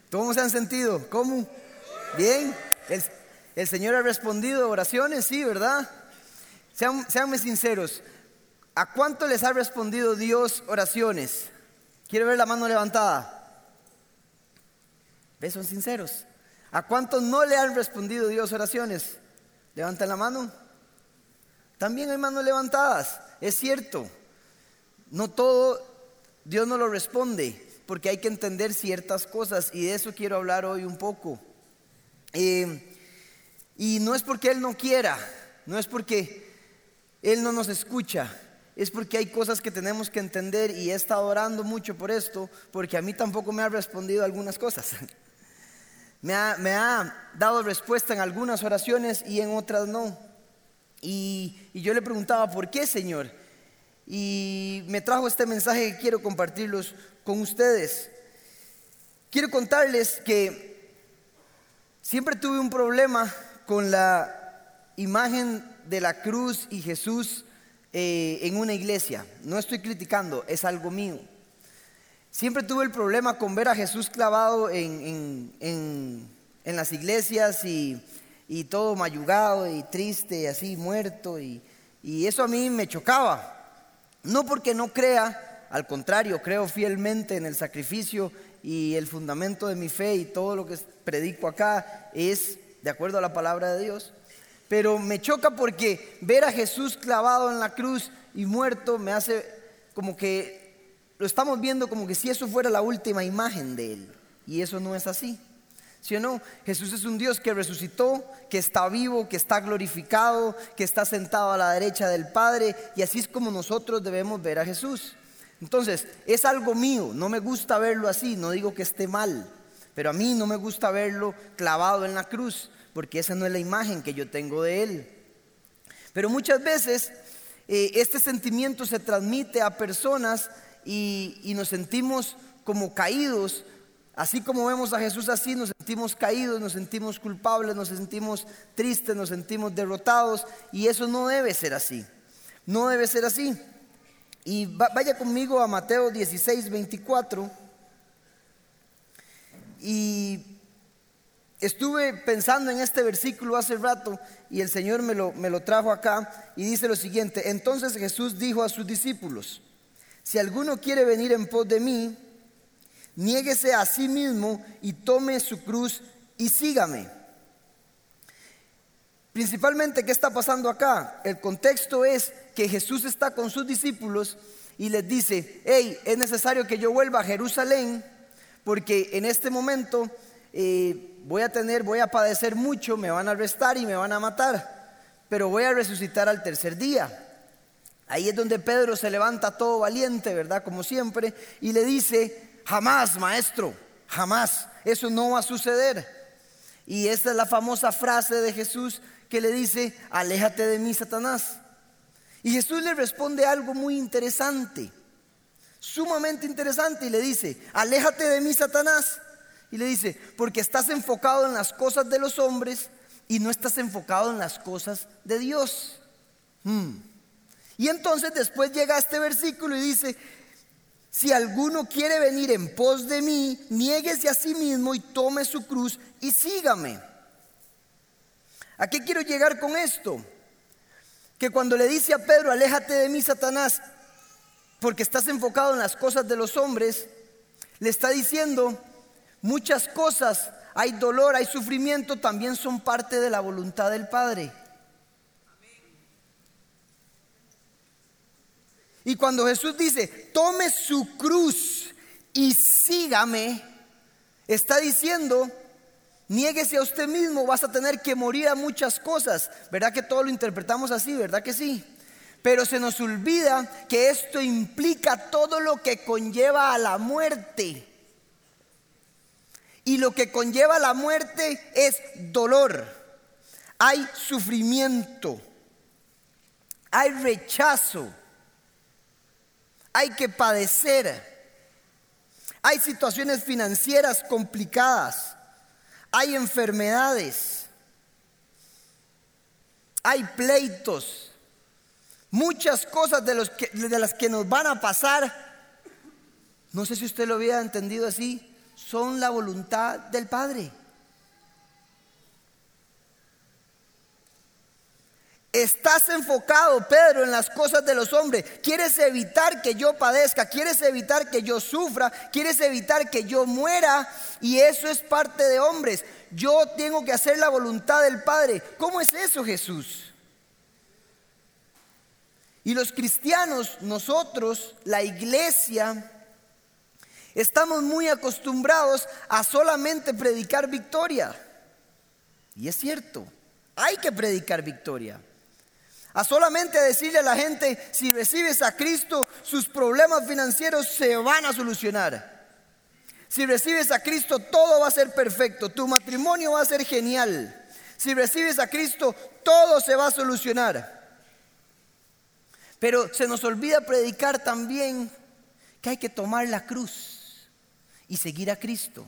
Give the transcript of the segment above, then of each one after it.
¿Cómo se han sentido? ¿Cómo? ¿Bien? ¿El Señor ha respondido oraciones? Sí, ¿verdad? Seanme sinceros. ¿A cuánto les ha respondido Dios oraciones? Quiero ver la mano levantada. ¿Ves? Son sinceros. ¿A cuántos no le han respondido Dios oraciones? Levanten la mano. También hay manos levantadas. Es cierto. No todo Dios no lo responde, porque hay que entender ciertas cosas, y de eso quiero hablar hoy un poco. Y no es porque Él no quiera, no es porque Él no nos escucha, es porque hay cosas que tenemos que entender, y he estado orando mucho por esto, porque a mí tampoco me ha respondido algunas cosas. Me ha dado respuesta en algunas oraciones y en otras no. Y yo le preguntaba, ¿por qué, Señor? Y me trajo este mensaje que quiero compartirlos con ustedes. Quiero contarles que siempre tuve un problema con la imagen de la cruz y Jesús en una iglesia. No estoy criticando, es algo mío. Siempre tuve el problema con ver a Jesús clavado en las iglesias y todo mayugado y triste, así muerto, y eso a mí me chocaba. No porque no crea, al contrario, creo fielmente en el sacrificio y el fundamento de mi fe, y todo lo que predico acá es de acuerdo a la palabra de Dios. Pero me choca porque ver a Jesús clavado en la cruz y muerto me hace como que lo estamos viendo como que si eso fuera la última imagen de Él, y eso no es así. ¿Sí o no? Jesús es un Dios que resucitó, que está vivo, que está glorificado, que está sentado a la derecha del Padre, y así es como nosotros debemos ver a Jesús. Entonces, es algo mío, no me gusta verlo así, no digo que esté mal, pero a mí no me gusta verlo clavado en la cruz, porque esa no es la imagen que yo tengo de Él. Pero muchas veces este sentimiento se transmite a personas y nos sentimos como caídos. Así como vemos a Jesús así, nos sentimos caídos, nos sentimos culpables, nos sentimos tristes, nos sentimos derrotados, y eso no debe ser así. No debe ser así. Y vaya conmigo a Mateo 16, 24. Y estuve pensando en este versículo hace rato, y el Señor me lo trajo acá, y dice lo siguiente: entonces Jesús dijo a sus discípulos: si alguno quiere venir en pos de mí, niéguese a sí mismo y tome su cruz y sígame. Principalmente, ¿qué está pasando acá? El contexto es que Jesús está con sus discípulos y les dice: hey, es necesario que yo vuelva a Jerusalén, porque en este momento voy a padecer mucho, me van a arrestar y me van a matar, pero voy a resucitar al tercer día. Ahí es donde Pedro se levanta todo valiente, ¿verdad? Como siempre, y le dice: jamás, maestro, jamás, eso no va a suceder. Y esta es la famosa frase de Jesús que le dice: aléjate de mí, Satanás. Y Jesús le responde algo muy interesante, sumamente interesante, y le dice: aléjate de mí, Satanás. Y le dice: porque estás enfocado en las cosas de los hombres y no estás enfocado en las cosas de Dios. Y entonces después llega este versículo y dice: si alguno quiere venir en pos de mí, niéguese a sí mismo y tome su cruz y sígame. ¿A qué quiero llegar con esto? Que cuando le dice a Pedro: aléjate de mí, Satanás, porque estás enfocado en las cosas de los hombres, le está diciendo: muchas cosas, hay dolor, hay sufrimiento, también son parte de la voluntad del Padre. Y cuando Jesús dice: tome su cruz y sígame, está diciendo: niéguese a usted mismo, vas a tener que morir a muchas cosas. ¿Verdad que todo lo interpretamos así? ¿Verdad que sí? Pero se nos olvida que esto implica todo lo que conlleva a la muerte. Y lo que conlleva a la muerte es dolor, hay sufrimiento, hay rechazo, hay que padecer, hay situaciones financieras complicadas, hay enfermedades, hay pleitos, muchas cosas de las que nos van a pasar. No sé si usted lo había entendido así, son la voluntad del Padre. Estás enfocado, Pedro, en las cosas de los hombres. Quieres evitar que yo padezca, quieres evitar que yo sufra, quieres evitar que yo muera, y eso es parte de hombres. Yo tengo que hacer la voluntad del Padre. ¿Cómo es eso, Jesús? Y los cristianos, nosotros, la iglesia, estamos muy acostumbrados a solamente predicar victoria. Y es cierto, hay que predicar victoria. A solamente decirle a la gente: si recibes a Cristo, sus problemas financieros se van a solucionar. Si recibes a Cristo, todo va a ser perfecto. Tu matrimonio va a ser genial. Si recibes a Cristo, todo se va a solucionar. Pero se nos olvida predicar también que hay que tomar la cruz y seguir a Cristo.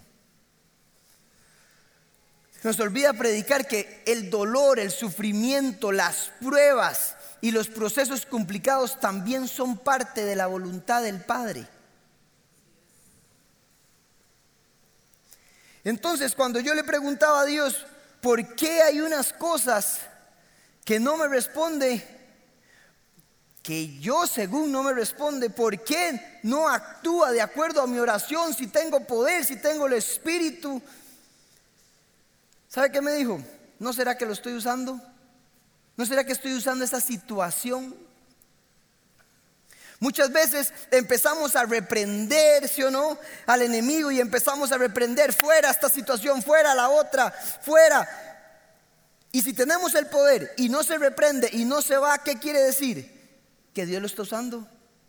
Se nos olvida predicar que el dolor, el sufrimiento, las pruebas y los procesos complicados también son parte de la voluntad del Padre. Entonces, cuando yo le preguntaba a Dios por qué hay unas cosas que no me responde, que yo según no me responde, ¿por qué no actúa de acuerdo a mi oración? Si tengo poder, si tengo el Espíritu. ¿Sabe qué me dijo? ¿No será que lo estoy usando? ¿No será que estoy usando esa situación? Muchas veces empezamos a reprender, ¿sí o no?, al enemigo, y empezamos a reprender: fuera esta situación, fuera la otra, fuera. Y si tenemos el poder y no se reprende y no se va, ¿qué quiere decir? Que Dios lo está usando.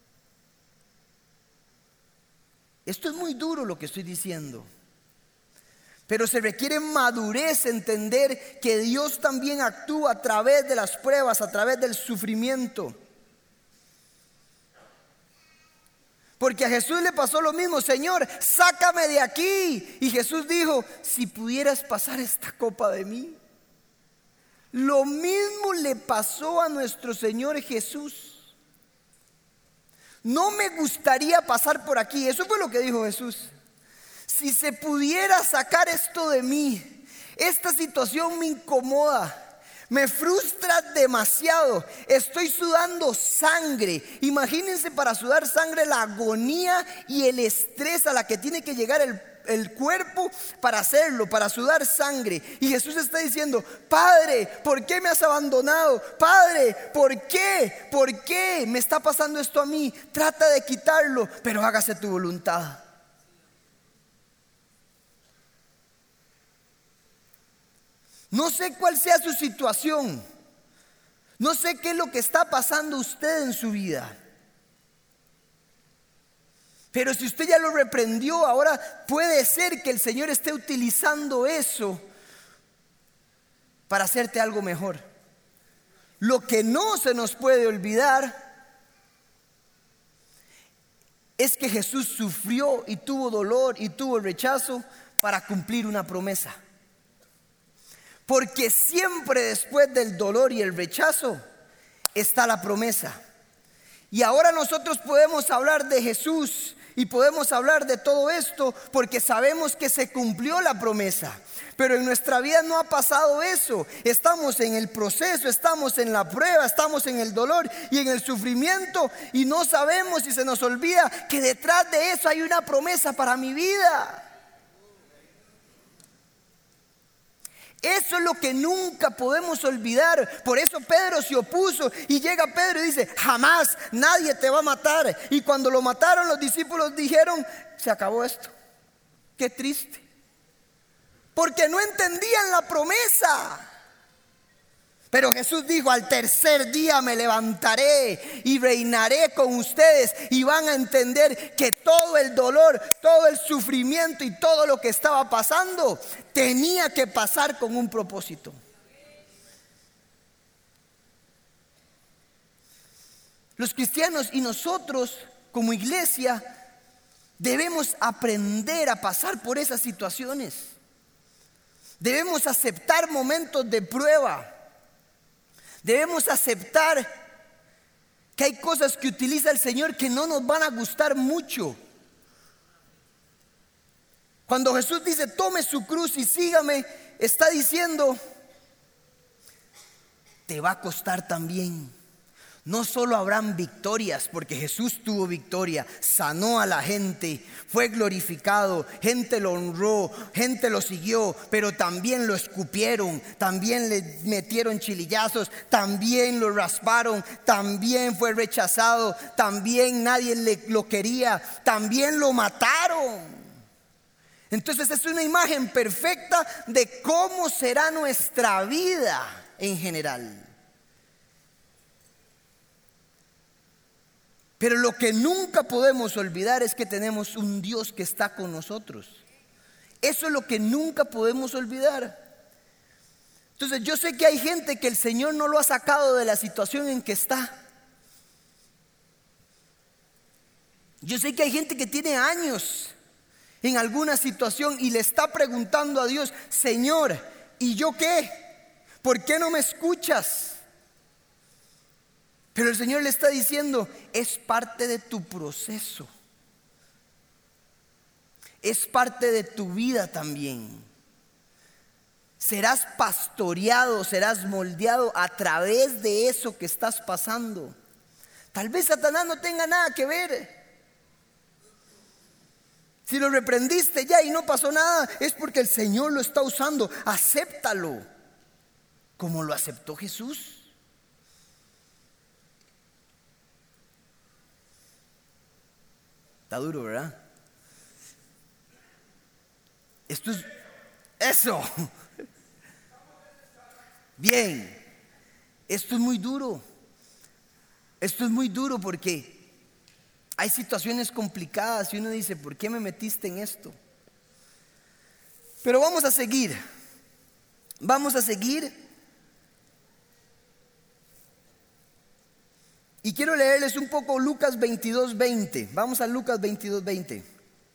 Esto es muy duro lo que estoy diciendo, pero se requiere madurez, entender que Dios también actúa a través de las pruebas, a través del sufrimiento. Porque a Jesús le pasó lo mismo: Señor, sácame de aquí. Y Jesús dijo: si pudieras pasar esta copa de mí. Lo mismo le pasó a nuestro Señor Jesús. No me gustaría pasar por aquí. Eso fue lo que dijo Jesús. Si se pudiera sacar esto de mí, esta situación me incomoda, me frustra demasiado, estoy sudando sangre. Imagínense, para sudar sangre, la agonía y el estrés a la que tiene que llegar el cuerpo para hacerlo, para sudar sangre. Y Jesús está diciendo: Padre, ¿por qué me has abandonado? Padre, ¿por qué? ¿Por qué me está pasando esto a mí? Trata de quitarlo, pero hágase tu voluntad. No sé cuál sea su situación. No sé qué es lo que está pasando usted en su vida. Pero si usted ya lo reprendió, ahora puede ser que el Señor esté utilizando eso para hacerte algo mejor. Lo que no se nos puede olvidar es que Jesús sufrió y tuvo dolor y tuvo el rechazo para cumplir una promesa. Porque siempre después del dolor y el rechazo está la promesa. Y ahora nosotros podemos hablar de Jesús y podemos hablar de todo esto porque sabemos que se cumplió la promesa. Pero en nuestra vida no ha pasado eso. Estamos en el proceso, estamos en la prueba, estamos en el dolor y en el sufrimiento, y no sabemos, y se nos olvida que detrás de eso hay una promesa para mi vida. Eso es lo que nunca podemos olvidar. Por eso Pedro se opuso, y llega Pedro y dice: jamás, nadie te va a matar. Y cuando lo mataron, los discípulos dijeron: se acabó esto. Qué triste, porque no entendían la promesa. Pero Jesús dijo: al tercer día me levantaré y reinaré con ustedes. Y van a entender que todo el dolor, todo el sufrimiento y todo lo que estaba pasando tenía que pasar con un propósito. Los cristianos y nosotros como iglesia debemos aprender a pasar por esas situaciones. Debemos aceptar momentos de prueba. Debemos aceptar que hay cosas que utiliza el Señor que no nos van a gustar mucho. Cuando Jesús dice tome su cruz y sígame, está diciendo te va a costar también. No solo habrán victorias, porque Jesús tuvo victoria, sanó a la gente, fue glorificado, gente lo honró, gente lo siguió, pero también lo escupieron, también le metieron chilillazos, también lo rasparon, también fue rechazado, también nadie lo quería, también lo mataron. Entonces es una imagen perfecta de cómo será nuestra vida en general. Pero lo que nunca podemos olvidar es que tenemos un Dios que está con nosotros. Eso es lo que nunca podemos olvidar. Entonces yo sé que hay gente que el Señor no lo ha sacado de la situación en que está. Yo sé que hay gente que tiene años en alguna situación y le está preguntando a Dios: Señor, ¿y yo qué? ¿Por qué no me escuchas? Pero el Señor le está diciendo: es parte de tu proceso, es parte de tu vida también. Serás pastoreado, serás moldeado a través de eso que estás pasando. Tal vez Satanás no tenga nada que ver. Si lo reprendiste ya y no pasó nada, es porque el Señor lo está usando. Acéptalo como lo aceptó Jesús. Está duro, ¿verdad? Esto es eso. Bien. Esto es muy duro. Esto es muy duro porque hay situaciones complicadas y uno dice: ¿por qué me metiste en esto? Pero vamos a seguir. Vamos a seguir. Y quiero leerles un poco Lucas 22:20. Vamos a Lucas 22:20.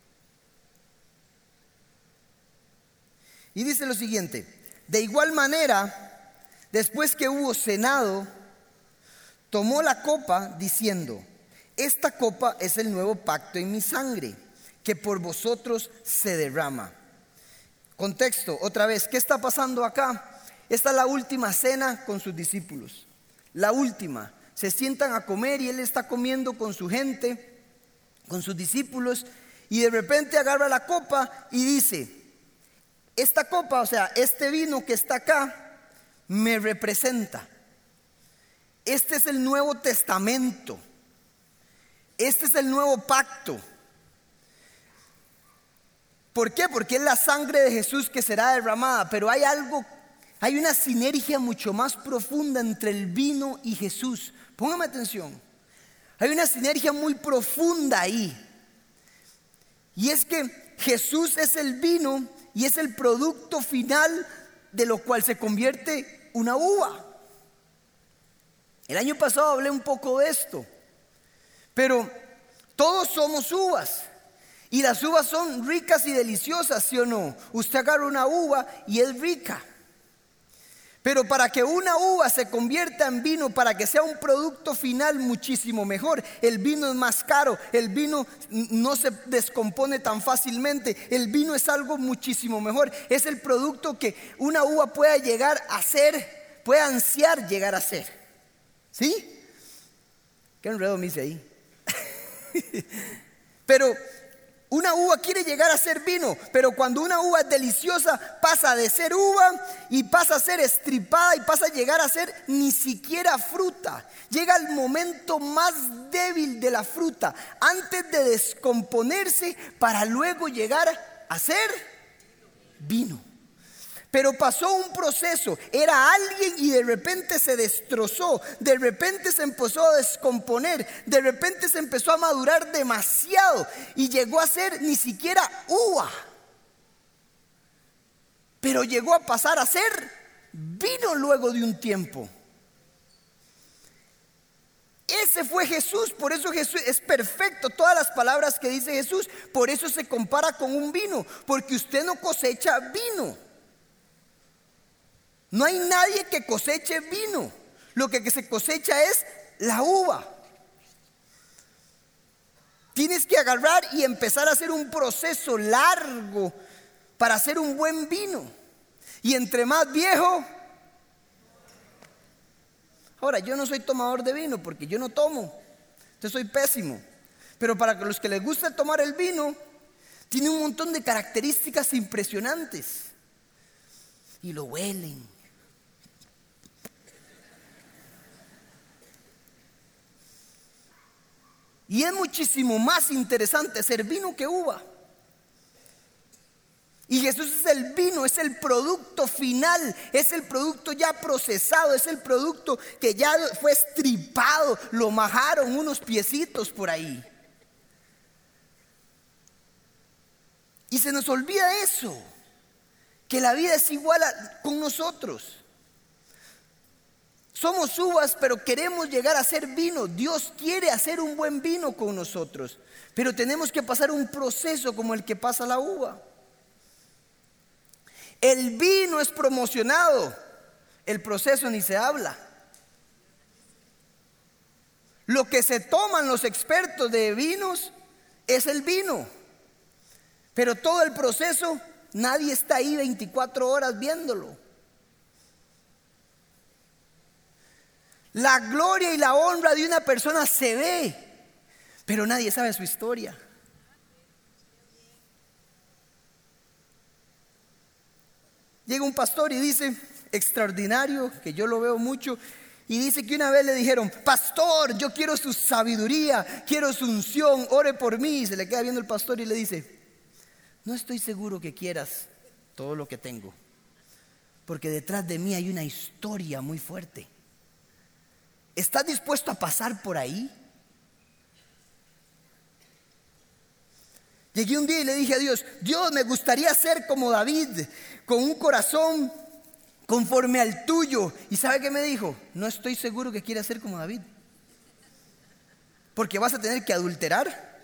Y dice lo siguiente: de igual manera, después que hubo cenado, tomó la copa diciendo: esta copa es el nuevo pacto en mi sangre, que por vosotros se derrama. Contexto, otra vez, ¿qué está pasando acá? Esta es la última cena con sus discípulos. La última. Se sientan a comer y Él está comiendo con su gente, con sus discípulos, y de repente agarra la copa y dice: esta copa, o sea, este vino que está acá, me representa. Este es el Nuevo Testamento. Este es el nuevo pacto. ¿Por qué? Porque es la sangre de Jesús que será derramada. Pero hay algo, hay una sinergia mucho más profunda entre el vino y Jesús. Póngame atención. Hay una sinergia muy profunda ahí. Y es que Jesús es el vino y es el producto final de lo cual se convierte una uva. El año pasado hablé un poco de esto. Pero todos somos uvas. Y las uvas son ricas y deliciosas, ¿sí o no? Usted agarra una uva y es rica. Pero para que una uva se convierta en vino, para que sea un producto final muchísimo mejor, el vino es más caro, el vino no se descompone tan fácilmente, el vino es algo muchísimo mejor. Es el producto que una uva pueda llegar a ser, puede ansiar llegar a ser. ¿Sí? ¿Qué enredo me hice ahí? Pero una uva quiere llegar a ser vino, pero cuando una uva es deliciosa pasa de ser uva y pasa a ser estripada y pasa a llegar a ser ni siquiera fruta. Llega el momento más débil de la fruta antes de descomponerse para luego llegar a ser vino. Pero pasó un proceso, era alguien y de repente se destrozó, de repente se empezó a descomponer, de repente se empezó a madurar demasiado y llegó a ser ni siquiera uva, pero llegó a pasar a ser vino luego de un tiempo. Ese fue Jesús, por eso Jesús es perfecto. Todas las palabras que dice Jesús, por eso se compara con un vino, porque usted no cosecha vino. No hay nadie que coseche vino. Lo que se cosecha es la uva. Tienes que agarrar y empezar a hacer un proceso largo para hacer un buen vino. Y entre más viejo. Ahora, yo no soy tomador de vino porque yo no tomo, entonces soy pésimo. Pero para los que les gusta tomar el vino, tiene un montón de características impresionantes. Y lo huelen. Y es muchísimo más interesante ser vino que uva. Y Jesús es el vino, es el producto final, es el producto ya procesado, es el producto que ya fue estripado, lo majaron unos piecitos por ahí. Y se nos olvida eso, que la vida es igual con nosotros. Somos uvas, pero queremos llegar a ser vino. Dios quiere hacer un buen vino con nosotros, pero tenemos que pasar un proceso como el que pasa la uva. El vino es promocionado, el proceso ni se habla. Lo que se toman los expertos de vinos es el vino, pero todo el proceso nadie está ahí 24 horas viéndolo. La gloria y la honra de una persona se ve, pero nadie sabe su historia. Llega un pastor y dice, extraordinario, que yo lo veo mucho, y dice que una vez le dijeron, pastor, yo quiero su sabiduría, quiero su unción, ore por mí. Y se le queda viendo el pastor y le dice, no estoy seguro que quieras todo lo que tengo, porque detrás de mí hay una historia muy fuerte. ¿Estás dispuesto a pasar por ahí? Llegué un día y le dije a Dios, Dios, me gustaría ser como David, con un corazón conforme al tuyo. ¿Y sabe qué me dijo? No estoy seguro que quieras ser como David, porque vas a tener que adulterar.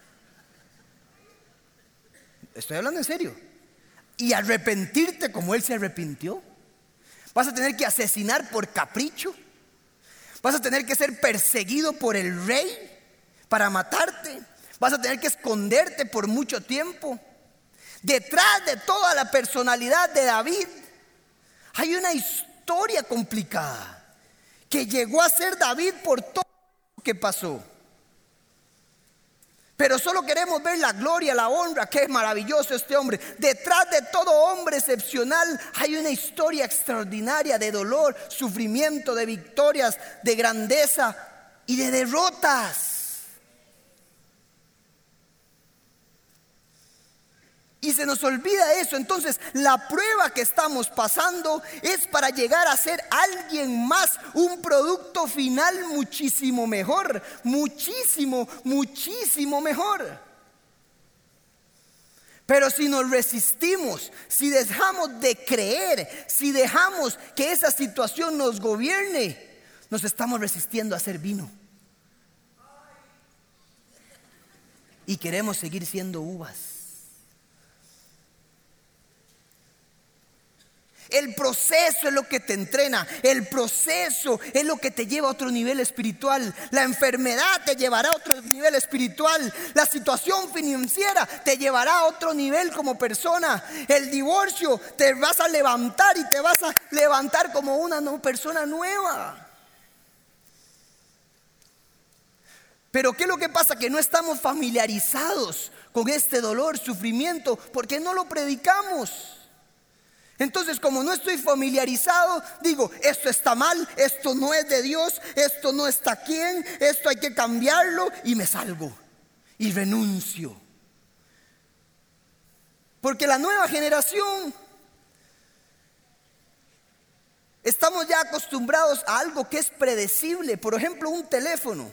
Estoy hablando en serio. Y arrepentirte como él se arrepintió. Vas a tener que asesinar por capricho. Vas a tener que ser perseguido por el rey para matarte. Vas a tener que esconderte por mucho tiempo. Detrás de toda la personalidad de David hay una historia complicada que llegó a ser David por todo lo que pasó. Pero solo queremos ver la gloria, la honra, que es maravilloso este hombre. Detrás de todo hombre excepcional hay una historia extraordinaria de dolor, sufrimiento, de victorias, de grandeza y de derrotas. Y se nos olvida eso. Entonces la prueba que estamos pasando es para llegar a ser alguien más, un producto final muchísimo mejor, muchísimo mejor. Pero si nos resistimos, si dejamos de creer, si dejamos que esa situación nos gobierne, nos estamos resistiendo a ser vino. Y queremos seguir siendo uvas. El proceso es lo que te entrena. El proceso es lo que te lleva a otro nivel espiritual. La enfermedad te llevará a otro nivel espiritual. La situación financiera te llevará a otro nivel como persona. El divorcio, te vas a levantar y te vas a levantar como una persona nueva. Pero ¿qué es lo que pasa? Que no estamos familiarizados con este dolor, sufrimiento, porque no lo predicamos. Entonces, como no estoy familiarizado, digo, esto está mal, esto no es de Dios, esto no está bien, esto hay que cambiarlo, y me salgo y renuncio. Porque la nueva generación estamos ya acostumbrados a algo que es predecible. Por ejemplo, un teléfono.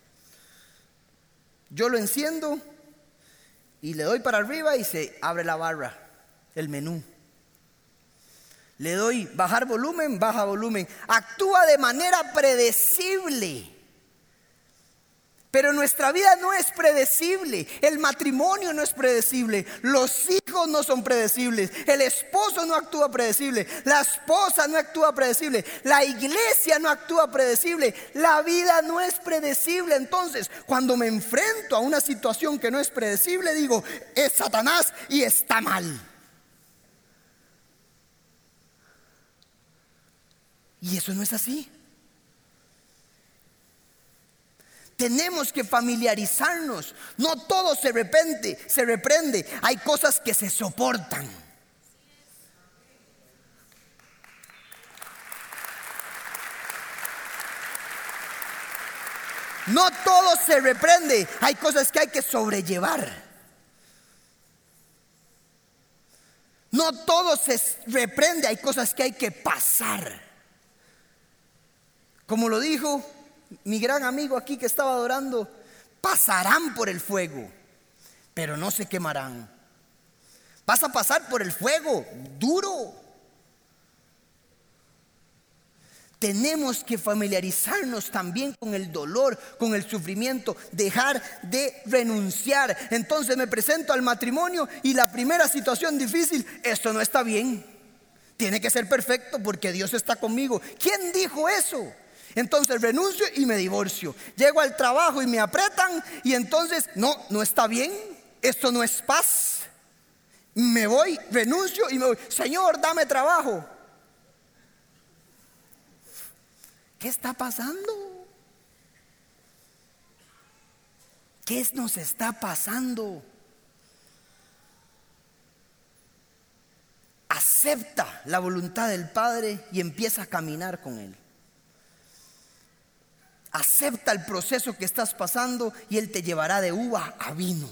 Yo lo enciendo y le doy para arriba y se abre la barra, el menú. Le doy bajar volumen, baja volumen. Actúa de manera predecible. Pero nuestra vida no es predecible, el matrimonio no es predecible, los hijos no son predecibles, el esposo no actúa predecible, la esposa no actúa predecible, la iglesia no actúa predecible, la vida no es predecible. Entonces, cuando me enfrento a una situación que no es predecible, digo, es Satanás y está mal. Y eso no es así. Tenemos que familiarizarnos. No todo se reprende. Hay cosas que se soportan. No todo se reprende. Hay cosas que hay que sobrellevar. No todo se reprende. Hay cosas que hay que pasar. Como lo dijo mi gran amigo aquí que estaba adorando, pasarán por el fuego, pero no se quemarán. Vas a pasar por el fuego duro. Tenemos que familiarizarnos también con el dolor, con el sufrimiento, dejar de renunciar. Entonces me presento al matrimonio y la primera situación difícil, esto no está bien. Tiene que ser perfecto porque Dios está conmigo. ¿Quién dijo eso? Entonces renuncio y me divorcio. Llego al trabajo y me apretan y entonces no está bien. Esto no es paz. Me voy, renuncio y me voy. Señor, dame trabajo. ¿Qué está pasando? ¿Qué nos está pasando? Acepta la voluntad del Padre y empieza a caminar con Él. Acepta el proceso que estás pasando y Él te llevará de uva a vino.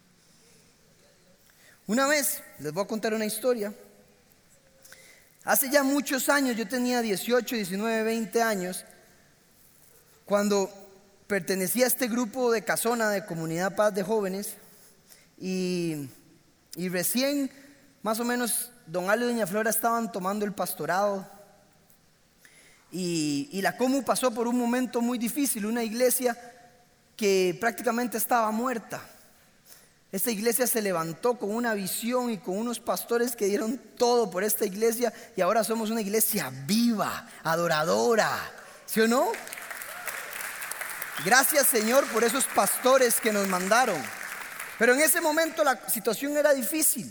Una vez, les voy a contar una historia. Hace ya muchos años, yo tenía 18, 19, 20 años, cuando pertenecía a este grupo de Casona, de Comunidad Paz de Jóvenes, y recién, más o menos, don Ale y doña Flora estaban tomando el pastorado. Y la Comu pasó por un momento muy difícil, una iglesia que prácticamente estaba muerta. Esta iglesia se levantó con una visión y con unos pastores que dieron todo por esta iglesia y ahora somos una iglesia viva, adoradora, ¿sí o no? Gracias, Señor, por esos pastores que nos mandaron. Pero en ese momento la situación era difícil.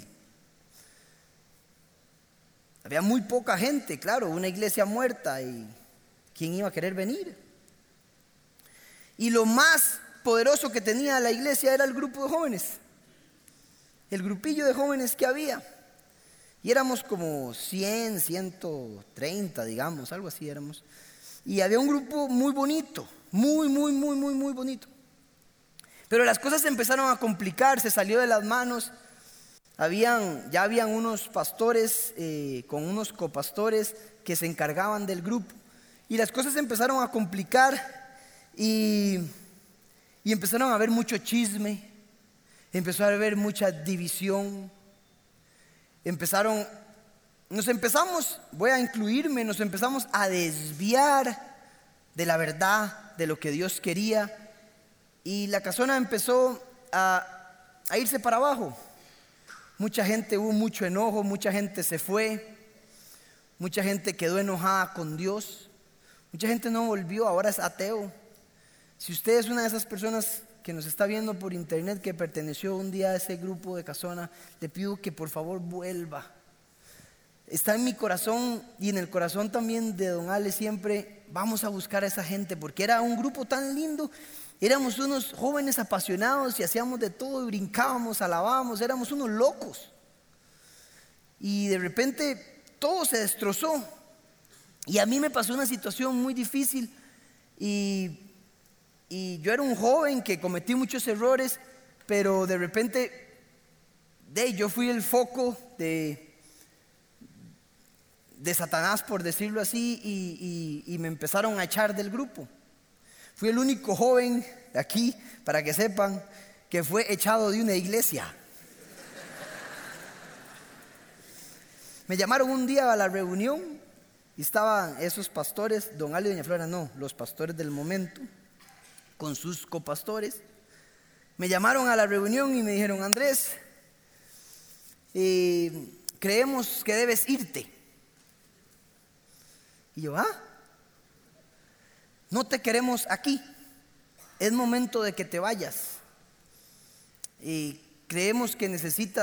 Había muy poca gente, claro, una iglesia muerta y ¿quién iba a querer venir? Y lo más poderoso que tenía la iglesia era el grupo de jóvenes, el grupillo de jóvenes que había. Y éramos como 100, 130, digamos, algo así éramos. Y había un grupo muy bonito, muy bonito. Pero las cosas se empezaron a complicar, se salió de las manos. Ya habían unos pastores con unos copastores que se encargaban del grupo y las cosas se empezaron a complicar y empezaron a haber mucho chisme, empezó a haber mucha división, nos empezamos a desviar de la verdad, de lo que Dios quería, y la casona empezó a irse para abajo. Mucha gente, hubo mucho enojo, mucha gente se fue, mucha gente quedó enojada con Dios, mucha gente no volvió, ahora es ateo. Si usted es una de esas personas que nos está viendo por internet, que perteneció un día a ese grupo de Casona, le pido que por favor vuelva. Está en mi corazón y en el corazón también de don Ale siempre, vamos a buscar a esa gente, porque era un grupo tan lindo. Éramos unos jóvenes apasionados y hacíamos de todo, y brincábamos, alabábamos, éramos unos locos. Y de repente todo se destrozó. Y a mí me pasó una situación muy difícil y yo era un joven que cometí muchos errores, pero de repente yo fui el foco de Satanás, por decirlo así, y me empezaron a echar del grupo. Fui el único joven de aquí, para que sepan, que fue echado de una iglesia. Me llamaron un día a la reunión y estaban esos pastores, don Ale y doña Flora, no, los pastores del momento. con sus copastores. Me llamaron a la reunión y me dijeron: Andrés, creemos que debes irte. Y yo: no te queremos aquí, es momento de que te vayas. Creemos que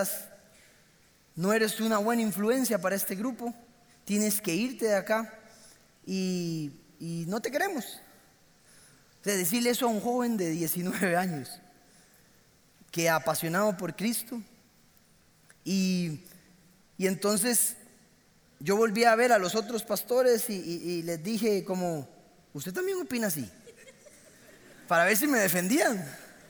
no eres una buena influencia para este grupo, tienes que irte de acá y no te queremos. O sea, decirle eso a un joven de 19 años que apasionado por Cristo. Y entonces yo volví a ver a los otros pastores y les dije como: ¿usted también opina así? Para ver si me defendían.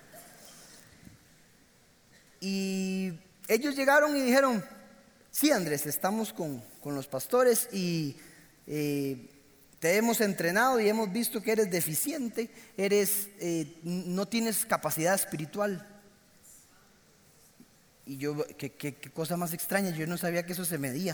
Y ellos llegaron y dijeron: sí, Andrés, estamos con los pastores y te hemos entrenado y hemos visto que eres deficiente, no tienes capacidad espiritual. Y yo, qué cosa más extraña, yo no sabía que eso se medía.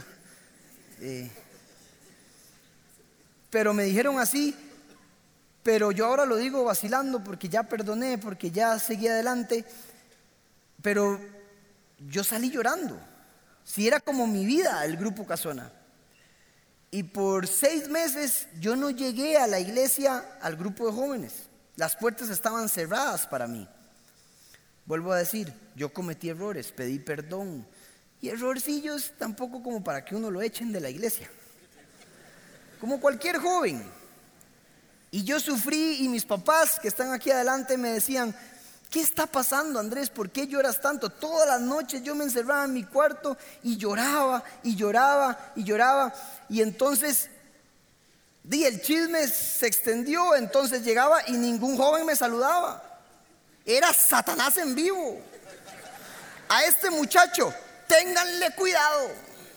Pero me dijeron así, pero yo ahora lo digo vacilando porque ya perdoné, porque ya seguí adelante. Pero yo salí llorando. Si era como mi vida el grupo Casona. Y por 6 meses yo no llegué a la iglesia, al grupo de jóvenes. Las puertas estaban cerradas para mí. Vuelvo a decir, yo cometí errores, pedí perdón. Y errorcillos tampoco como para que uno lo echen de la iglesia. Como cualquier joven. Y yo sufrí, y mis papás que están aquí adelante me decían: ¿qué está pasando, Andrés? ¿Por qué lloras tanto? Todas las noches yo me encerraba en mi cuarto y lloraba y lloraba y lloraba. Y entonces el chisme se extendió. Entonces llegaba y ningún joven me saludaba. Era Satanás en vivo. A este muchacho, ténganle cuidado.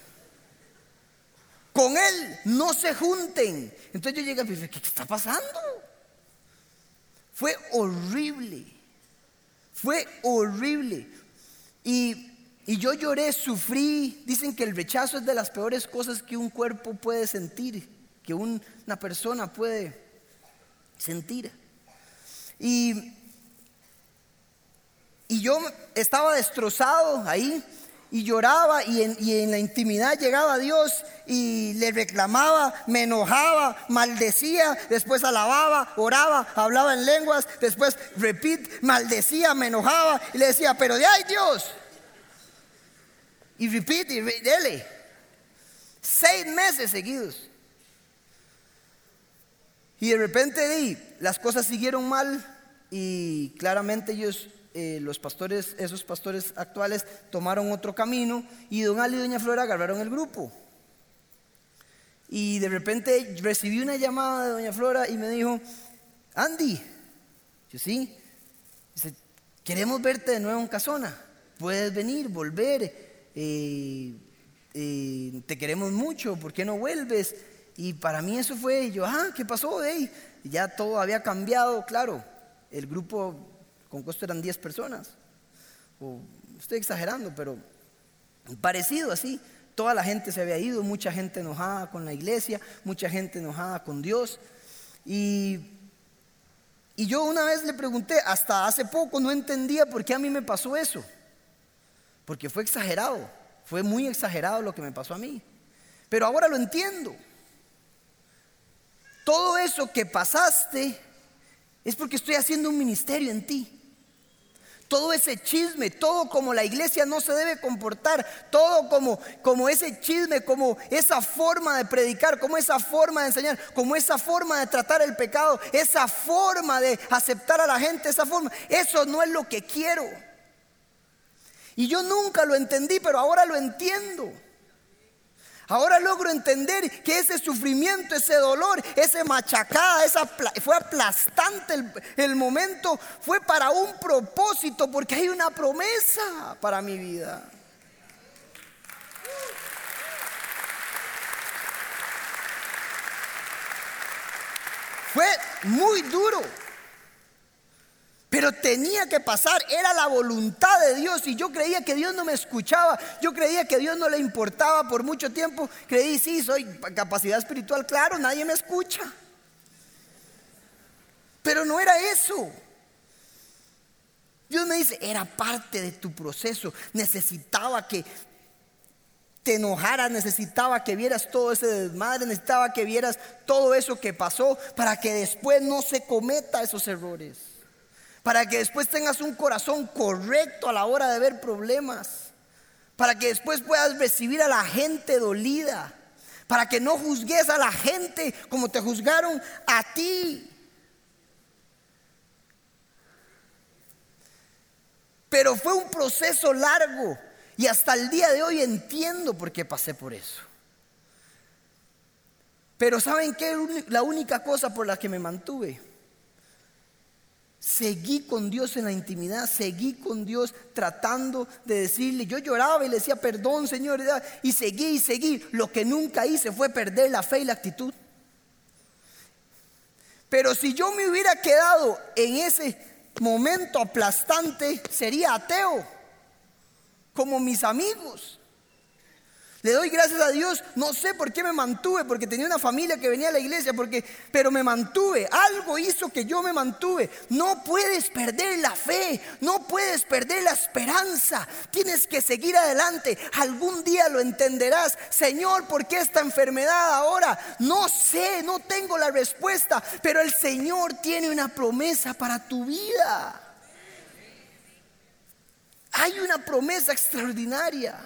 Con él no se junten. Entonces yo llegué y dije: ¿qué está pasando? Fue horrible. Fue horrible. Y yo lloré, sufrí. Dicen que el rechazo es de las peores cosas que un cuerpo puede sentir, que una persona puede sentir. Y yo estaba destrozado ahí y lloraba y en la intimidad llegaba a Dios y le reclamaba, me enojaba, maldecía, después alababa, oraba, hablaba en lenguas, después maldecía, me enojaba y le decía: pero de ahí Dios. Y dele. 6 meses seguidos. Y de repente las cosas siguieron mal y claramente esos pastores actuales tomaron otro camino y don Ali y doña Flora agarraron el grupo. Y de repente recibí una llamada de doña Flora y me dijo: Andy, yo sí, dice, queremos verte de nuevo en Casona, puedes venir, volver, te queremos mucho, ¿por qué no vuelves? Y para mí eso fue, ¿qué pasó? Ya todo había cambiado, claro, el grupo con costo eran 10 personas, estoy exagerando, pero parecido así. Toda la gente se había ido, mucha gente enojada con la iglesia, mucha gente enojada con Dios. Y yo una vez le pregunté, hasta hace poco no entendía por qué a mí me pasó eso, porque fue exagerado, fue muy exagerado lo que me pasó a mí, pero ahora lo entiendo. Todo eso que pasaste es porque estoy haciendo un ministerio en ti. Todo ese chisme, todo como la iglesia no se debe comportar, todo como ese chisme, como esa forma de predicar, como esa forma de enseñar, como esa forma de tratar el pecado, esa forma de aceptar a la gente, eso no es lo que quiero. Y yo nunca lo entendí, pero ahora lo entiendo. Ahora logro entender que ese sufrimiento, ese dolor, esa machacada, fue aplastante el momento, fue para un propósito, porque hay una promesa para mi vida. Fue muy duro, pero tenía que pasar, era la voluntad de Dios. Y yo creía que Dios no me escuchaba, yo creía que Dios no le importaba por mucho tiempo. Creí, sí, soy capacidad espiritual, claro, nadie me escucha. Pero no era eso. Dios me dice, era parte de tu proceso. Necesitaba que te enojaras, necesitaba que vieras todo ese desmadre, necesitaba que vieras todo eso que pasó para que después no se cometa esos errores, para que después tengas un corazón correcto a la hora de ver problemas, para que después puedas recibir a la gente dolida, para que no juzgues a la gente como te juzgaron a ti. Pero fue un proceso largo y hasta el día de hoy entiendo por qué pasé por eso. Pero ¿saben qué? La única cosa por la que me mantuve, seguí con Dios en la intimidad, seguí con Dios tratando de decirle. Yo lloraba y le decía, perdón, Señor, y seguí. Lo que nunca hice fue perder la fe y la actitud. Pero si yo me hubiera quedado en ese momento aplastante, sería ateo, como mis amigos. Le doy gracias a Dios, no sé por qué me mantuve, porque tenía una familia que venía a la iglesia, pero me mantuve, algo hizo que yo me mantuve. No puedes perder la fe, no puedes perder la esperanza, tienes que seguir adelante. Algún día lo entenderás. Señor, ¿por qué esta enfermedad ahora? No sé, no tengo la respuesta, pero el Señor tiene una promesa para tu vida. Hay una promesa extraordinaria.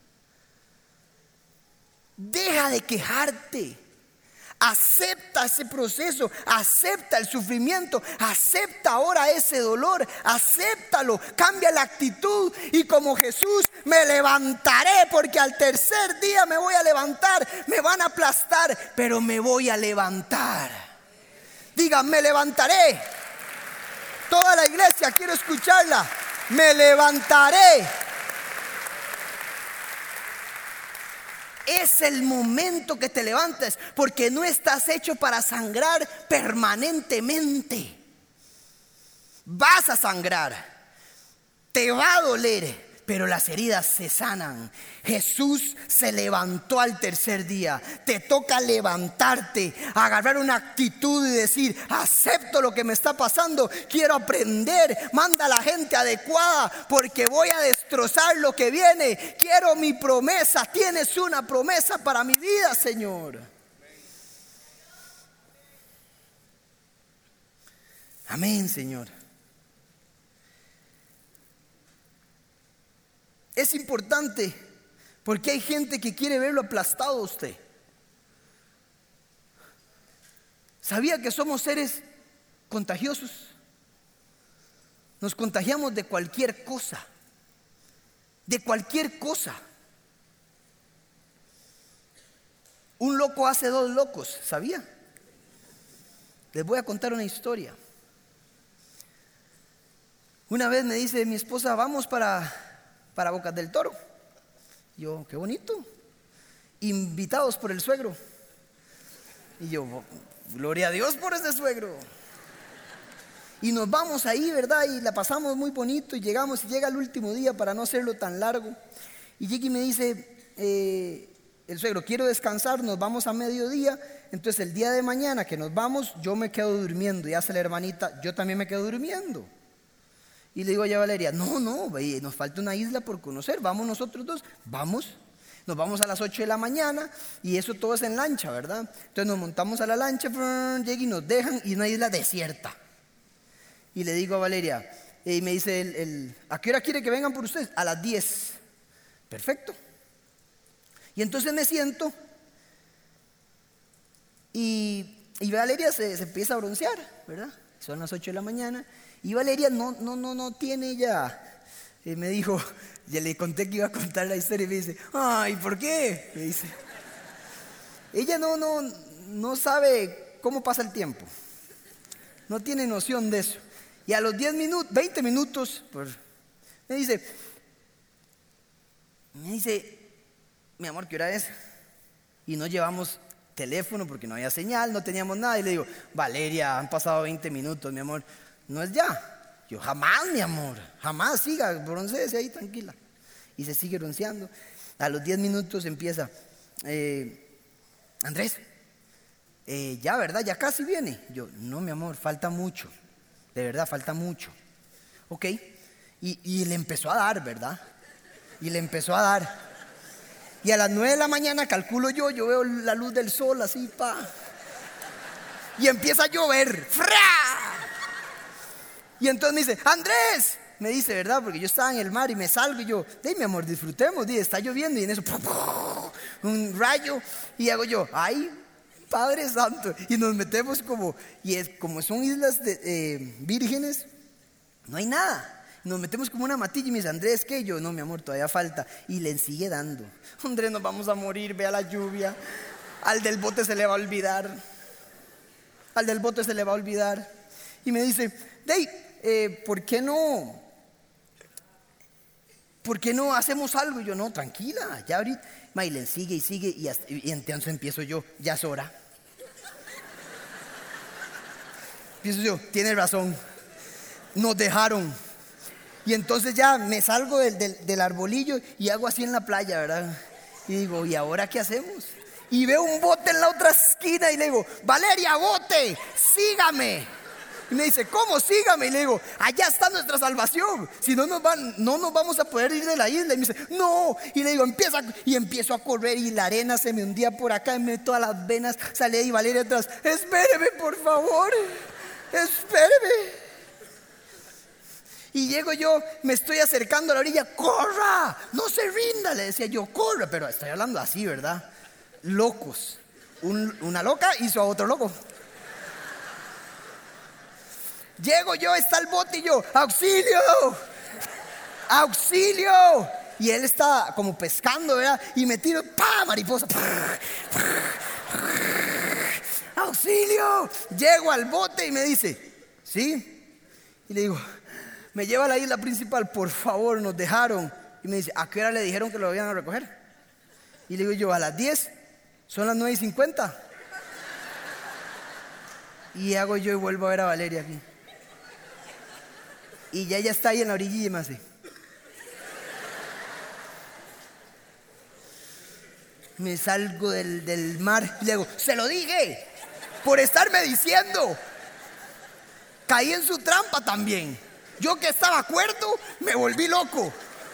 Deja de quejarte. Acepta ese proceso, acepta el sufrimiento, acepta ahora ese dolor, acéptalo, cambia la actitud y como Jesús me levantaré, porque al tercer día me voy a levantar. Me van a aplastar, pero me voy a levantar. Digan, me levantaré. Toda la iglesia, quiero escucharla. Me levantaré. Es el momento que te levantes, porque no estás hecho para sangrar permanentemente. Vas a sangrar, te va a doler, pero las heridas se sanan. Jesús se levantó al tercer día. Te toca levantarte, agarrar una actitud y decir, acepto lo que me está pasando, quiero aprender, manda a la gente adecuada, porque voy a destrozar lo que viene. Quiero mi promesa. Tienes una promesa para mi vida, Señor. Amén, Señor. Es importante porque hay gente que quiere verlo aplastado a usted. ¿Sabía que somos seres contagiosos? Nos contagiamos de cualquier cosa. De cualquier cosa. Un loco hace dos locos, ¿sabía? Les voy a contar una historia. Una vez me dice mi esposa, vamos para Bocas del Toro. Yo, qué bonito. Invitados por el suegro. Y yo, gloria a Dios por ese suegro. Y nos vamos ahí, ¿verdad? Y la pasamos muy bonito y llegamos, y llega el último día para no hacerlo tan largo. Y llega y me dice, el suegro, quiero descansar, nos vamos a mediodía. Entonces el día de mañana que nos vamos, yo me quedo durmiendo. Y hace la hermanita, yo también me quedo durmiendo. Y le digo a Valeria, no, nos falta una isla por conocer, vamos nosotros dos, vamos. Nos vamos a las 8 de la mañana y eso todo es en lancha, ¿verdad? Entonces nos montamos a la lancha, llega y nos dejan y una isla desierta. Y le digo a Valeria, y me dice ¿a qué hora quiere que vengan por ustedes? A las 10. Perfecto. Y entonces me siento y Valeria se empieza a broncear, ¿verdad? Son las 8 de la mañana. Y Valeria no tiene ya. Me dijo, ya le conté que iba a contar la historia y me dice, ay, ¿por qué? Me dice, ella no sabe cómo pasa el tiempo. No tiene noción de eso. Y a los 20 minutos, me dice, mi amor, ¿qué hora es? Y no llevamos teléfono porque no había señal, no teníamos nada. Y le digo, Valeria, han pasado 20 minutos, mi amor. No es ya. Yo, jamás, mi amor, jamás, siga, broncéese ahí tranquila. Y se sigue bronceando. A los 10 minutos empieza, Andrés, ya, ¿verdad? Ya casi viene. Yo, no, mi amor, falta mucho. De verdad, falta mucho. Ok. Y le empezó a dar, ¿verdad? Y le empezó a dar. Y a las 9 de la mañana, calculo yo veo la luz del sol así, pa. Y empieza a llover. ¡Fra! Y entonces me dice, Andrés, me dice, ¿verdad? Porque yo estaba en el mar y me salgo y yo, mi amor, disfrutemos, está lloviendo. Y en eso, un rayo. Y hago yo, ay, Padre Santo. Y nos metemos como son islas vírgenes, no hay nada. Nos metemos como una matilla y me dice, Andrés, ¿qué? Y yo, no, mi amor, todavía falta. Y le sigue dando. Andrés, nos vamos a morir, vea la lluvia. Al del bote se le va a olvidar. Al del bote se le va a olvidar. Y me dice, ¿por qué no hacemos algo? Y yo, no, tranquila, ya ahorita. Y le sigue y sigue. Y entonces empiezo yo, ya es hora. Empiezo yo, tiene razón. Nos dejaron. Y entonces ya me salgo del arbolillo y hago así en la playa, ¿verdad? Y digo, ¿y ahora qué hacemos? Y veo un bote en la otra esquina y le digo, Valeria, bote, sígame. Y me dice, ¿cómo sígame? Y le digo, allá está nuestra salvación. Si no nos vamos a poder ir de la isla. Y me dice, no. Y le digo, empiezo a correr y la arena se me hundía por acá, me todas las venas, sale y Valeria atrás, espéreme, por favor, espéreme. Y llego yo, me estoy acercando a la orilla, corra, no se rinda, le decía yo, corra. Pero estoy hablando así, ¿verdad? Locos. Una loca hizo a otro loco. Llego yo, está el bote y yo, ¡auxilio! ¡Auxilio! Y él está como pescando, ¿verdad? Y me tiro, ¡pa! Mariposa. ¡Auxilio! Llego al bote y me dice, ¿sí? Y le digo, me lleva a la isla principal, por favor, nos dejaron. Y me dice, ¿a qué hora le dijeron que lo iban a recoger? Y le digo yo, a las 10, son las 9:50. Y hago yo y vuelvo a ver a Valeria aquí. Y ya ella está ahí en la orilla y me hace. Me salgo del mar y le digo, se lo dije, por estarme diciendo. Caí en su trampa también. Yo que estaba cuerdo, me volví loco.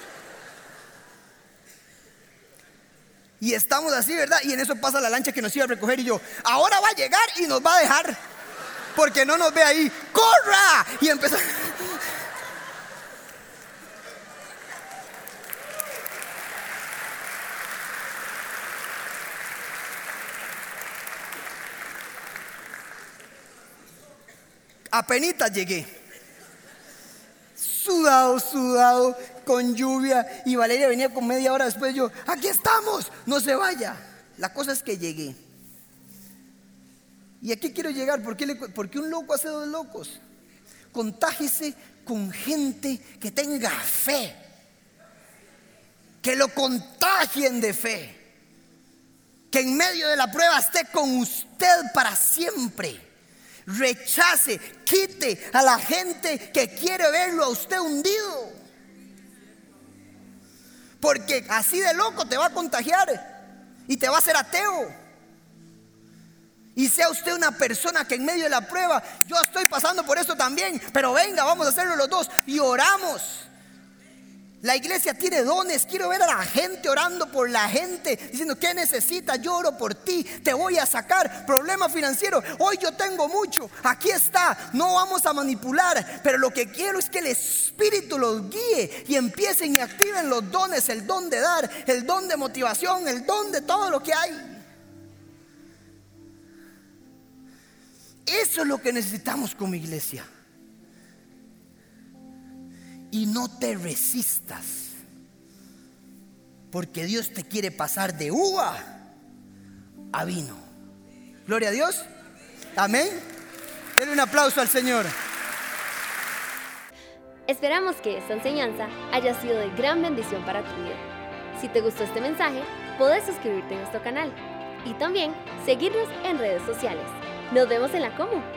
Y estamos así, ¿verdad? Y en eso pasa la lancha que nos iba a recoger y yo, ahora va a llegar y nos va a dejar, porque no nos ve ahí. ¡Corra! Y empezó. Apenitas llegué. Sudado, con lluvia. Y Valeria venía con media hora después. Yo, aquí estamos, no se vaya. La cosa es que llegué. Y aquí quiero llegar. Porque un loco hace dos locos. Contágese con gente que tenga fe. Que lo contagien de fe. Que en medio de la prueba esté con usted para siempre. Rechace, quite a la gente que quiere verlo a usted hundido. Porque así de loco te va a contagiar y te va a hacer ateo. Y sea usted una persona que en medio de la prueba, yo estoy pasando por esto también, pero venga, vamos a hacerlo los dos y oramos. La iglesia tiene dones. Quiero ver a la gente orando por la gente, diciendo, ¿qué necesitas? Yo oro por ti, te voy a sacar. Problema financiero, hoy yo tengo mucho, aquí está. No vamos a manipular, pero lo que quiero es que el Espíritu los guíe y empiecen y activen los dones. El don de dar, el don de motivación, el don de todo lo que hay. Eso es lo que necesitamos como iglesia. Y no te resistas, porque Dios te quiere pasar de uva a vino. Gloria a Dios. Amén. Denle un aplauso al Señor. Esperamos que esta enseñanza haya sido de gran bendición para tu vida. Si te gustó este mensaje, puedes suscribirte a nuestro canal y también seguirnos en redes sociales. Nos vemos en la Como.